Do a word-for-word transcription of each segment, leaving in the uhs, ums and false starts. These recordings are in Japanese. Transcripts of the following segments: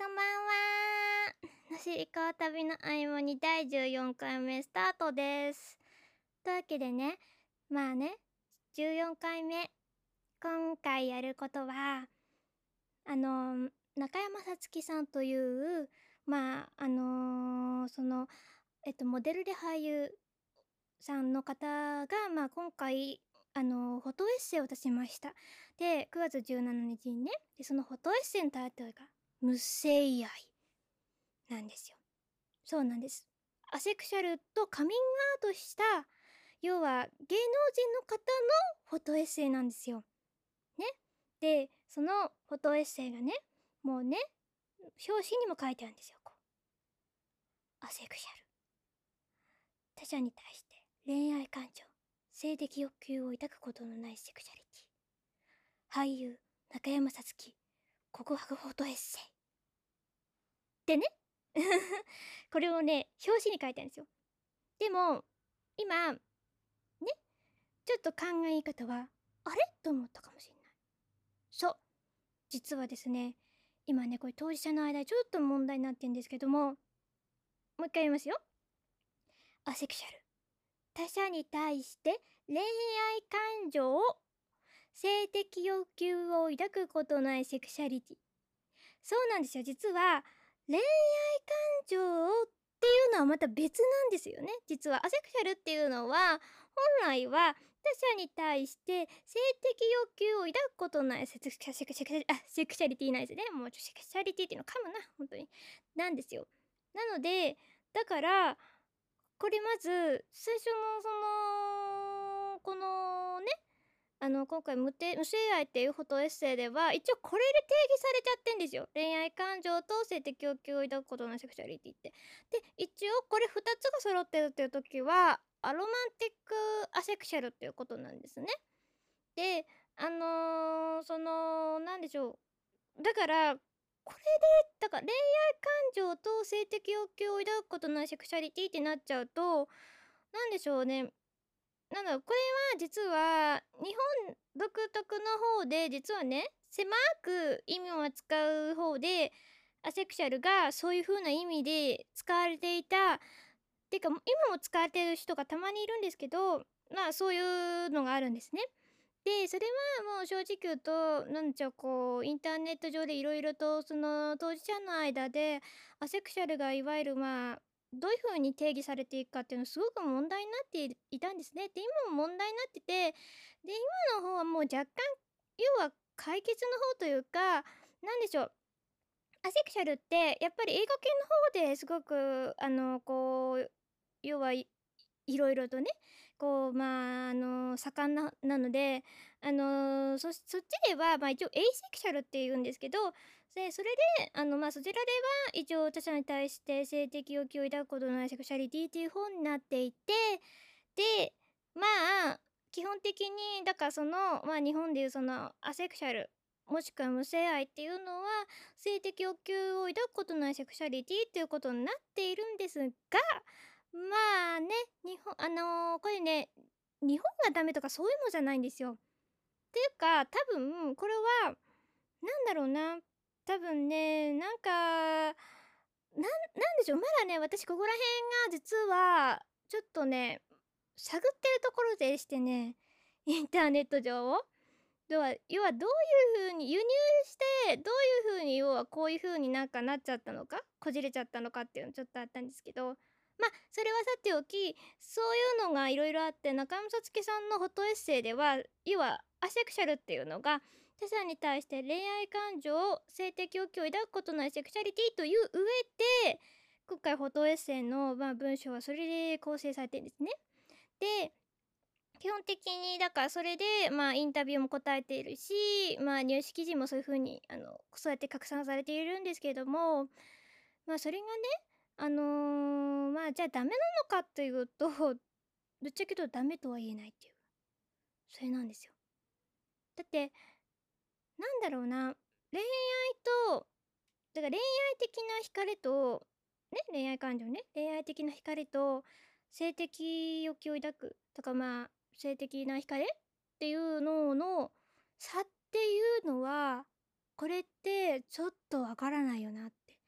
んばんは。のしりこ旅の合間にだいじゅうよんかいめスタートです。というわけでね、まあね、じゅうよんかいめ、今回やることは、あの、中山さつきさんという、まあ、あのーその、えっと、モデルで俳優さんの方が、まあ、今回、あの、フォトエッセイを出しました。で、くがつじゅうしちにちにね、でそのフォトエッセイのタイトルが、無性愛なんですよ。そうなんです。アセクシャルとカミングアウトした、要は芸能人の方のフォトエッセイなんですよ。ね。で、そのフォトエッセイがね、もうね、表紙にも書いてあるんですよ。こうアセクシャル。他者に対して恋愛感情、性的欲求を抱くことのないセクシャリティ。俳優、中山さつき、告白フォトエッセイ。でね、これをね、表紙に書いてあるんですよ。でも、今、ね、ちょっと考え方は、あれと思ったかもしれない。そう。実はですね、今ね、これ当事者の間でちょっと問題になってるんですけども、もう一回言いますよ。アセクシャル。他者に対して恋愛感情を、性的欲求を抱くことないセクシャリティ。そうなんですよ。実は、恋愛感情っていうのはまた別なんですよね。実はアセクシャルっていうのは、本来は他者に対して性的欲求を抱くことないセクシャセクシャあセクシャリティないですね。もうちょセクシャリティっていうの噛むな、本当に。なんですよ。なので、だから、これまず、最初のその、このね、あの、今回無て、無性愛っていうフォトエッセイでは、一応これで定義されちゃってんですよ。恋愛感情と性的欲求を抱くことのセクシャリティって。で、一応これふたつが揃ってるっていう時は、アロマンティックアセクシャルっていうことなんですね。で、あのーその、なんでしょう。だから、これで、だから恋愛感情と性的欲求を抱くことのないセクシャリティってなっちゃうと、なんでしょうね。なんだろう、これは実は日本独特の方で実はね、狭く意味を扱う方で、アセクシャルがそういう風な意味で使われていた、てか今も使われてる人がたまにいるんですけど、まあそういうのがあるんですね。で、それはもう正直言うと、なんでしょう、こう、インターネット上でいろいろとその当事者の間で、アセクシャルがいわゆるまあ、どういう風に定義されていくかっていうのすごく問題になっていいたんですね。で、今も問題になってて、で、今の方はもう若干、要は解決の方というか、なんでしょう、アセクシャルってやっぱり英語系の方ですごく、あの、こう、要はいいろいろとね、こう、まあ、あの、盛んななので、あの、そそっちでは、まあ、一応エイセクシャルって言うんですけど、で、それで、あの、まあ、そちらでは一応他者に対して性的欲求を抱くことのないセクシャリティっていう本になっていて、で、まあ、基本的に、だからその、まあ、日本でいうそのアセクシャル、もしくは無性愛っていうのは、性的欲求を抱くことのないセクシャリティっていうことになっているんですが、まあね、日本あの、これね、日本がダメとかそういうのじゃないんですよ。っていうか、多分これは、なんだろうな、多分ね、なんか、なんなんでしょう、まだね、私ここら辺が実は、ちょっとね、探ってるところでしてね、インターネット上を。要は要はどういう風に輸入して、どういう風に要はこういう風になんかなっちゃったのか、こじれちゃったのかっていうのちょっとあったんですけど、ま、それはさておき、そういうのがいろいろあって、中山さつきさんのフォトエッセイでは、要はアセクシャルっていうのが、他者に対して恋愛感情、性的欲求を抱くことないセクシャリティという上で、今回フォトエッセイの、まあ、文章はそれで構成されてるんですね。で、基本的にだからそれで、まあ、インタビューも答えているし、まあ、ニュース記事もそういう風に、あの、そうやって拡散されているんですけれども、まあ、それがね、あの、まあ、じゃあダメなのかというと、ぶっちゃけ言うとダメとは言えないっていう、それなんですよ。だって、なんだろうな、恋愛と、だから恋愛的な惹かれと、ね、恋愛感情ね、恋愛的な惹かれと、性的欲求を抱くとか、まあ、性的な惹かれっていうのの差っていうのは、これってちょっとわからないよなって。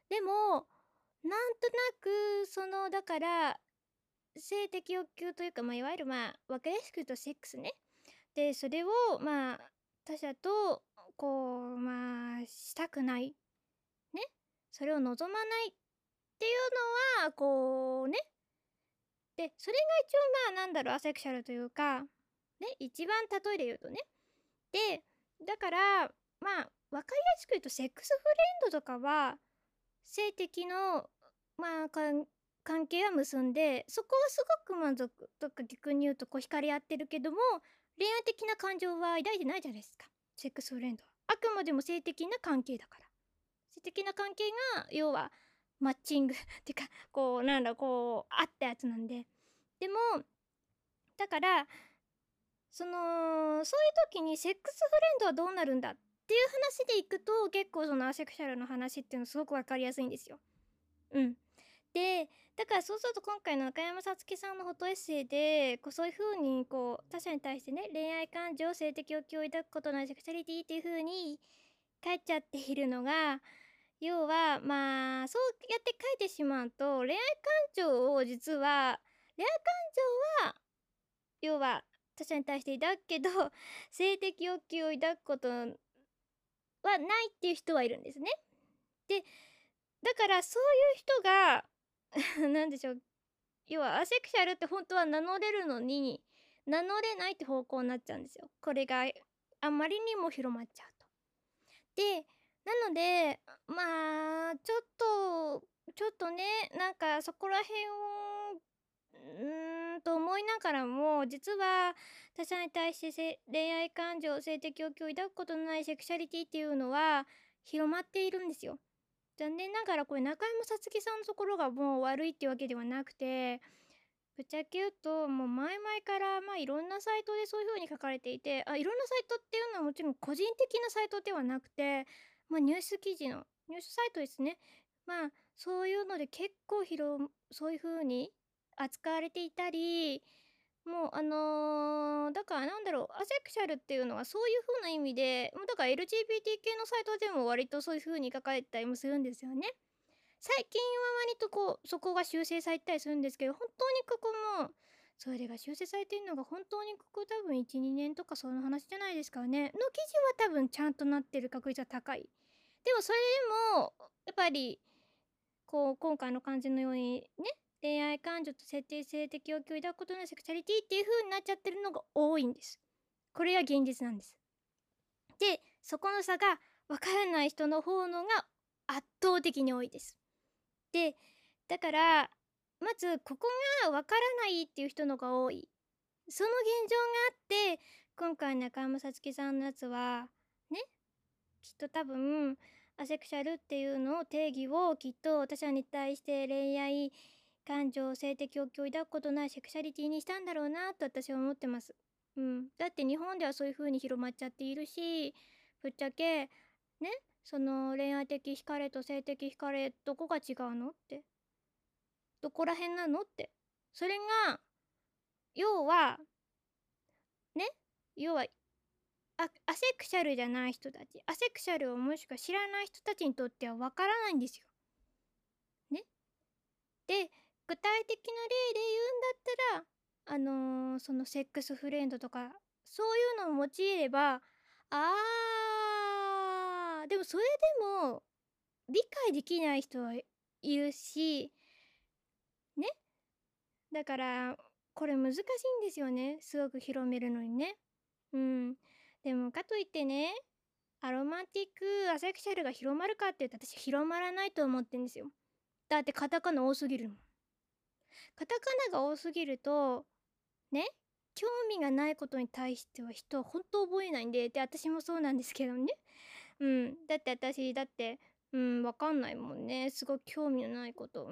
でも、なんとなく、その、だから、性的欲求というか、まあ、いわゆる、まあ、分かりやすく言うとセックスね。で、それを、まあ、他者と、こう、まあ、したくない。ね。それを望まないっていうのは、こうね。で、それが一応、まあ、なんだろう、アセクシャルというか、ね、一番例えで言うとね。で、だから、まあ、分かりやすく言うと、セックスフレンドとかは、性的の、まあ、かん関係は結んで、そこはすごく満足とか逆に言うとこう惹かれ合ってるけども、恋愛的な感情は抱いてないじゃないですか。セックスフレンドは。あくまでも性的な関係だから。性的な関係が、要は、マッチングってか、こう、なんだ、こう、あったやつなんで。でも、だから、その、そういう時にセックスフレンドはどうなるんだっていう話でいくと、結構そのアセクシャルの話っていうのすごくわかりやすいんですよ。うん。で、だからそうすると今回の中山さつきさんのフォトエッセイで、こうそういう風にこう他者に対してね、恋愛感情、性的欲求を抱くことのないセクシャリティっていう風に書いちゃっているのが、要はまあそうやって書いてしまうと、恋愛感情を実は恋愛感情は要は他者に対して抱くけど、性的欲求を抱くことはないっていう人はいるんですね。で、だからそういう人がなんでしょう、要はアセクシャルって本当は名乗れるのに、名乗れないって方向になっちゃうんですよ。これがあんまりにも広まっちゃうと。で、なので、まあ、ちょっと、ちょっとね、なんかそこら辺を、うーんと思いながらも、実は他者に対してせ恋愛感情、性的欲求を抱くことのないセクシャリティっていうのは広まっているんですよ。残念ながらこれ中山さつきさんのところがもう悪いっていうわけではなくて、ぶっちゃけ言うともう前々からまあいろんなサイトでそういう風に書かれていて、あいろんなサイトっていうのはもちろん個人的なサイトではなくて、まあニュース記事のニュースサイトですね。まあそういうので結構広そういう風に扱われていたり、もうあのーだからなんだろう、アセクシャルっていうのはそういう風な意味で、もうだから エルジービーティー 系のサイトでも割とそういう風に書かれてたりもするんですよね。最近は割とこう、そこが修正されたりするんですけど、本当にここも、それが修正されてるのが本当にここ多分いち、にねんとかその話じゃないですかね。の記事は多分ちゃんとなってる確率は高い。でもそれでも、やっぱり、こう、今回の感じのようにね、恋愛感情と設定性的欲求を抱くことのセクシャリティっていう風になっちゃってるのが多いんです。これが現実なんです。で、そこの差が分からない人の方のが圧倒的に多いです。で、だから、まずここが分からないっていう人のが多い。その現状があって、今回中山さつきさんのやつは、ね、きっと多分、アセクシャルっていうのを定義をきっと他者に対して恋愛感情、性的欲求を抱くことないセクシャリティにしたんだろうなと私は思ってます。うん。だって日本ではそういう風に広まっちゃっているし、ぶっちゃけ、ね、その恋愛的惹かれと性的惹かれ、どこが違うのって。どこら辺なのって。それが、要は、ね、要は、アアセクシャルじゃない人たち、アセクシャルをもしくは知らない人たちにとってはわからないんですよ。ね。で、具体的な例で言うんだったら、あのーそのセックスフレンドとか、そういうのを用いれば、あー、でもそれでも、理解できない人はいるし、ね。だから、これ難しいんですよね。すごく広めるのにね。うん。でもかといってね、アロマンティック、アセクシャルが広まるかって言うと私広まらないと思ってんですよ。だってカタカナ多すぎるもん。カタカナが多すぎると、ね、興味がないことに対しては人は本当覚えないんで、で、私もそうなんですけどね。うん。だって私、だって、うん、わかんないもんね。すごい興味のないこと。うん。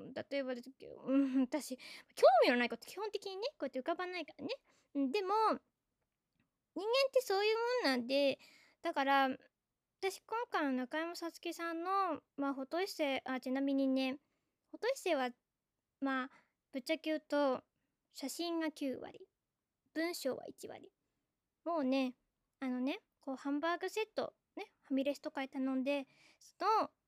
例えばですけど、うん、私、興味のないこと基本的にね、こうやって浮かばないからね。うん、でも、人間ってそういうもんなんで、だから、私今回の中山さつきさんの、まあ、フォトエッセイ、あ、ちなみにね、フォトエッセイは、まあ、ぶっちゃけ言うと、写真がきゅう割、文章はいち割。もうね、あのね、こうハンバーグセット、ね、ファミレスとかで頼んで、その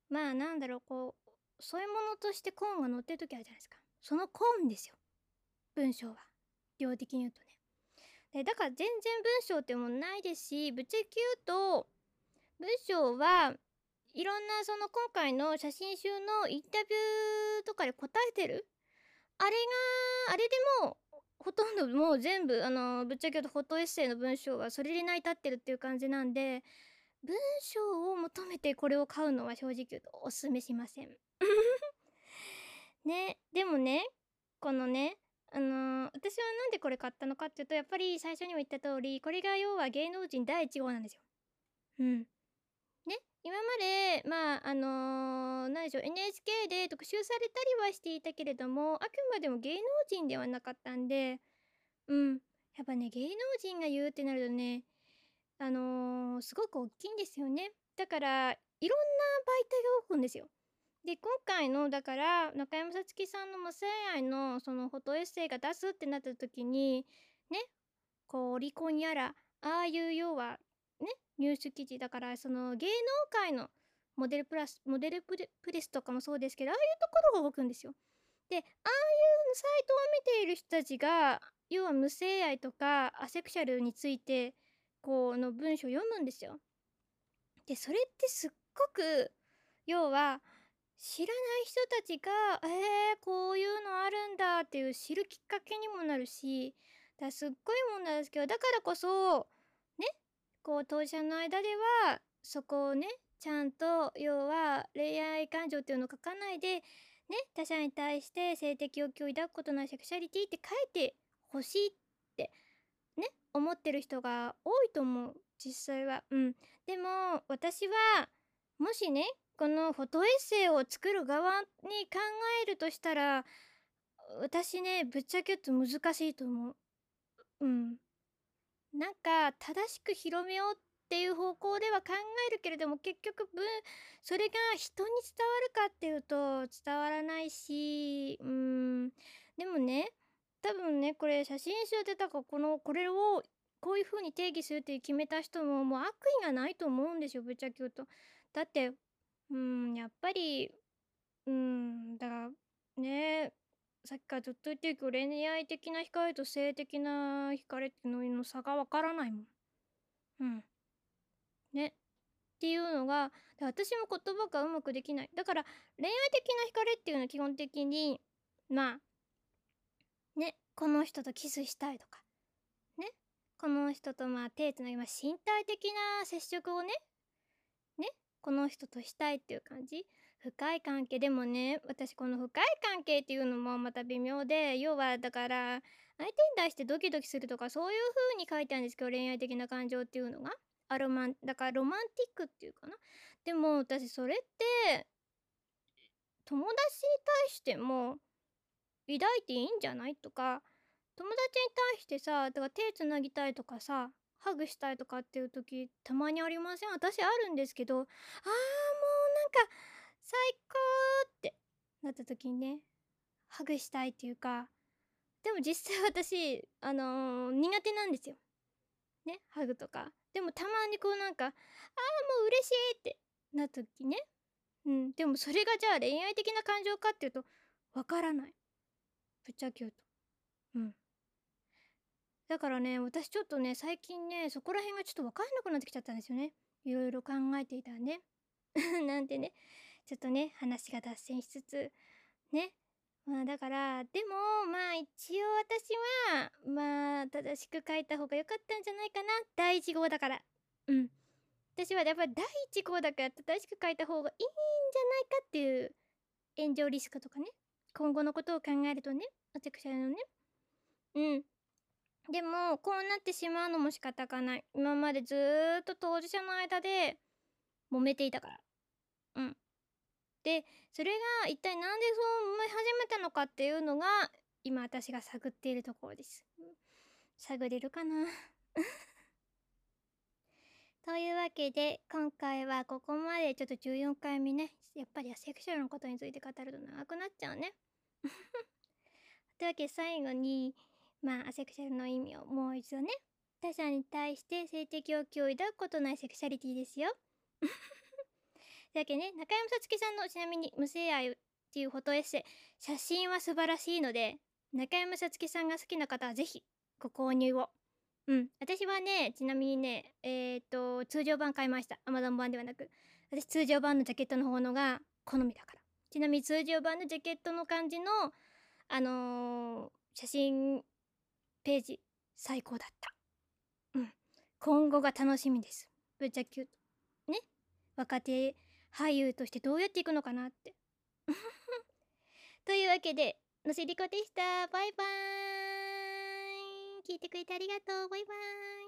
まあなんだろう、こう、そういうものとしてコーンが載ってる時あるじゃないですか。そのコーンですよ。文章は。量的に言うとね。で、だから全然文章ってもんないですし、ぶっちゃけ言うと、文章はいろんなその今回の写真集のインタビューとかで答えてるあれが、あれでもう、ほとんどもう全部、あの、ぶっちゃけ言うとフォトエッセイの文章はそれで成り立ってるっていう感じなんで、文章を求めてこれを買うのは正直言うとお勧めしません。ね、でもね、このね、あの、私はなんでこれ買ったのかっていうと、やっぱり最初にも言った通り、これが要は芸能人だいいち号なんですよ。うん。ね、今まで、まあ、あの、何でしょう、エヌエイチケー で特集されたりはしていたけれども、あくまでも芸能人ではなかったんで、うん。やっぱね、芸能人が言うってなるとね、あの、すごく大きいんですよね。だから、いろんな媒体が動くんですよ。で、今回のだから、中山さつきさんの無声愛のそのフォトエッセイが出すってなった時に、ね、こう、オリコンやら、ああいう要は、ね、ニュース記事だから、その芸能界のモデルプラス、モデルプレプレスとかもそうですけど、ああいうところが動くんですよ。で、ああいうサイトを見ている人たちが、要は無性愛とかアセクシャルについて、こうの文章を読むんですよ。で、それってすっごく、要は、知らない人たちが、えー、こういうのあるんだっていう知るきっかけにもなるし、だからすっごいもんなんですけど、だからこそ、ね、こう当事者の間では、そこをね、ちゃんと、要は恋愛感情っていうのを書かないで、ね、他者に対して性的欲求を抱くことないセクシャリティって書いてほしいってね、思ってる人が多いと思う、実際は。うん。でも、私は、もしね、このフォトエッセイを作る側に考えるとしたら、私ね、ぶっちゃけ言うと難しいと思う。うん。なんか、正しく広めようっていう方向では考えるけれども、結局、ぶ、それが人に伝わるかっていうと、伝わらないし、うん。でもね、多分ね、これ写真集でだからこの、これをこういう風に定義するっていう決めた人ももう悪意がないと思うんですよ、ぶっちゃけ言うと。だって、うん、やっぱり、うん、だからね、さっきからずっと言ってるけど、恋愛的な惹かれと性的な惹かれっていうのの差がわからないもん。うん。ね。っていうのが、で私も言葉がうまくできない。だから、恋愛的な惹かれっていうのは基本的に、まあ、ね、この人とキスしたいとか、ね、この人とまあ手つなぎ、まあ身体的な接触をね、ね、この人としたいっていう感じ。深い関係でもね、私この深い関係っていうのもまた微妙で、要はだから、相手に対してドキドキするとかそういう風に書いてあるんですけど、恋愛的な感情っていうのが。アロマン、だからロマンティックっていうかな。でも私それって友達に対しても抱いていいんじゃないとか、友達に対してさ、だから手つなぎたいとかさ、ハグしたいとかっていう時たまにありません？私あるんですけど、あーもうなんか最高ってなった時にね、ハグしたいっていうか、でも実際私、あのー苦手なんですよ。ね、ハグとか。でもたまにこうなんか、あーもう嬉しいってなった時ね。うん、でもそれがじゃあ恋愛的な感情かっていうと、わからない。ぶっちゃけ言うと。うん。だからね、私ちょっとね、最近ね、そこら辺がちょっとわかんなくなってきちゃったんですよね。いろいろ考えていたらね。なんてね、ちょっとね、話が脱線しつつ、ね。まあだから、でも、まあ一応私は、まあ正しく書いた方が良かったんじゃないかな。だいいち号だから。うん。私はやっぱりだいいち号だから正しく書いた方がいいんじゃないかっていう炎上リスクとかね。今後のことを考えるとね、アセクシャルのね。うん。でも、こうなってしまうのも仕方がない。今までずーっと当事者の間で揉めていたから。うん。で、それが一体なんでそう揉め始めたのかっていうのが、今私が探っているところです。うん、探れるかなというわけで、今回はここまでちょっとじゅうよんかいめね。やっぱりアセクシュアルのことについて語ると長くなっちゃうね。というわけで最後に、まあアセクシャルの意味をもう一度ね。他者に対して性的欲求を抱くことないセクシャリティですよ。 というわけでね、中山さつきさんのちなみに無声愛っていうフォトエッセイ、写真は素晴らしいので、中山さつきさんが好きな方はぜひご購入を。うん。私はね、ちなみにね、えっ、と、通常版買いました。Amazon 版ではなく。私通常版のジャケットの方のが好みだから。ちなみに通常版のジャケットの感じの、あのー写真ページ、最高だった。うん。今後が楽しみです。ぶっちゃけ言うと。ね。若手俳優としてどうやっていくのかなって。というわけで、のせりこでした。バイバーイ。聞いてくれてありがとう。バイバーイ。